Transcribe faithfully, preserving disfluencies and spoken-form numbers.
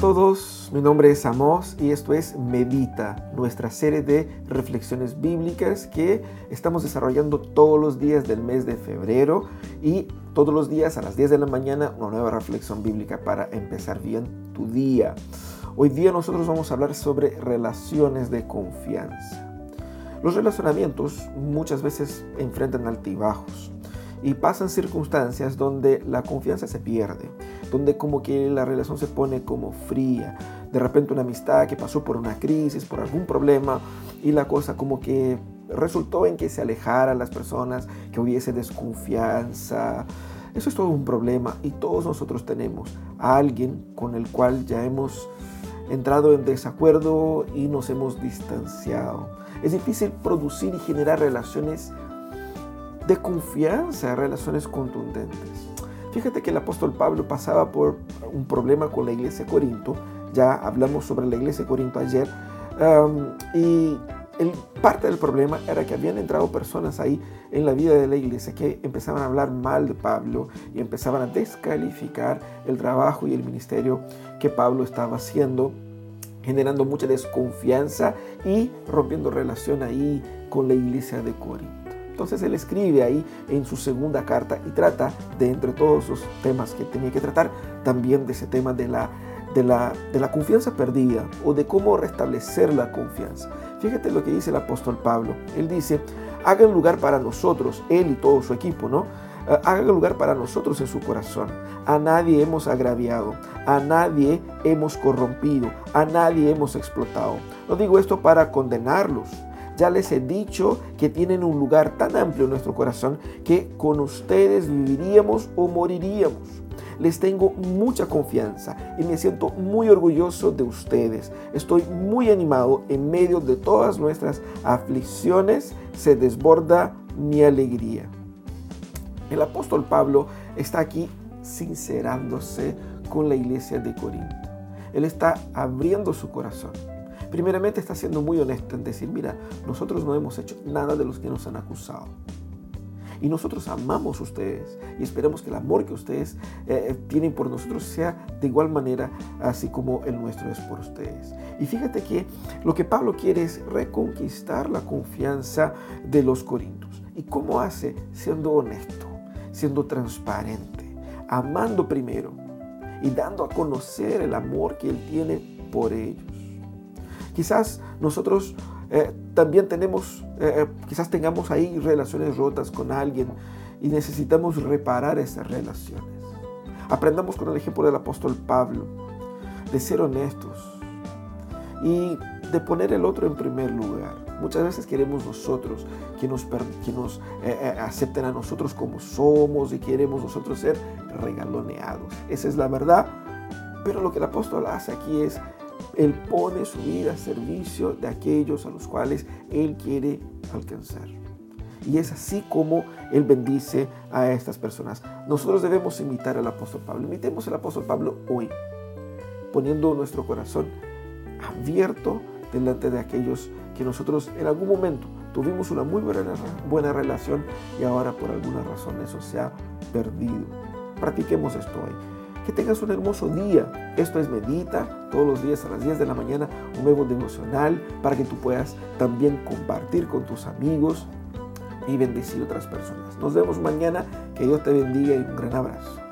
todos, mi nombre es Amos y esto es Medita, nuestra serie de reflexiones bíblicas que estamos desarrollando todos los días del mes de febrero y todos los días a las diez de la mañana una nueva reflexión bíblica para empezar bien tu día. Hoy día nosotros vamos a hablar sobre relaciones de confianza. Los relacionamientos muchas veces enfrentan altibajos y pasan circunstancias donde la confianza se pierde, donde como que la relación se pone como fría. De repente una amistad que pasó por una crisis, por algún problema y la cosa como que resultó en que se alejaran las personas, que hubiese desconfianza. Eso es todo un problema y todos nosotros tenemos a alguien con el cual ya hemos entrado en desacuerdo y nos hemos distanciado. Es difícil producir y generar relaciones de confianza, relaciones contundentes. Fíjate que el apóstol Pablo pasaba por un problema con la iglesia de Corinto. Ya hablamos sobre la iglesia de Corinto ayer. Um, y el, parte del problema era que habían entrado personas ahí en la vida de la iglesia que empezaban a hablar mal de Pablo y empezaban a descalificar el trabajo y el ministerio que Pablo estaba haciendo, generando mucha desconfianza y rompiendo relación ahí con la iglesia de Corinto. Entonces él escribe ahí en su segunda carta y trata de, entre todos los temas que tenía que tratar, también de ese tema de la, de la, de la confianza perdida o de cómo restablecer la confianza. Fíjate lo que dice el apóstol Pablo. Él dice, hagan lugar para nosotros, él y todo su equipo, ¿no? Uh, hagan lugar para nosotros en su corazón. A nadie hemos agraviado, a nadie hemos corrompido, a nadie hemos explotado. No digo esto para condenarlos. Ya les he dicho que tienen un lugar tan amplio en nuestro corazón que con ustedes viviríamos o moriríamos. Les tengo mucha confianza y me siento muy orgulloso de ustedes. Estoy muy animado en medio de todas nuestras aflicciones. Se desborda mi alegría. El apóstol Pablo está aquí sincerándose con la iglesia de Corinto. Él está abriendo su corazón. Primeramente está siendo muy honesto en decir, mira, nosotros no hemos hecho nada de los que nos han acusado. Y nosotros amamos a ustedes y esperamos que el amor que ustedes eh, tienen por nosotros sea de igual manera así como el nuestro es por ustedes. Y fíjate que lo que Pablo quiere es reconquistar la confianza de los corintios. ¿Y cómo hace? Siendo honesto, siendo transparente, amando primero y dando a conocer el amor que él tiene por ellos. Quizás nosotros eh, también tenemos, eh, quizás tengamos ahí relaciones rotas con alguien y necesitamos reparar esas relaciones. Aprendamos con el ejemplo del apóstol Pablo, de ser honestos y de poner el otro en primer lugar. Muchas veces queremos nosotros que nos, que nos eh, eh, acepten a nosotros como somos y queremos nosotros ser regaloneados. Esa es la verdad, pero lo que el apóstol hace aquí es él pone su vida a servicio de aquellos a los cuales Él quiere alcanzar. Y es así como Él bendice a estas personas. Nosotros debemos imitar al apóstol Pablo. Imitemos al apóstol Pablo hoy, poniendo nuestro corazón abierto delante de aquellos que nosotros en algún momento tuvimos una muy buena, buena relación y ahora por alguna razón eso se ha perdido. Practiquemos esto hoy. Que tengas un hermoso día. Esto es Medita, todos los días a las diez de la mañana, un nuevo devocional para que tú puedas también compartir con tus amigos y bendecir a otras personas. Nos vemos mañana. Que Dios te bendiga y un gran abrazo.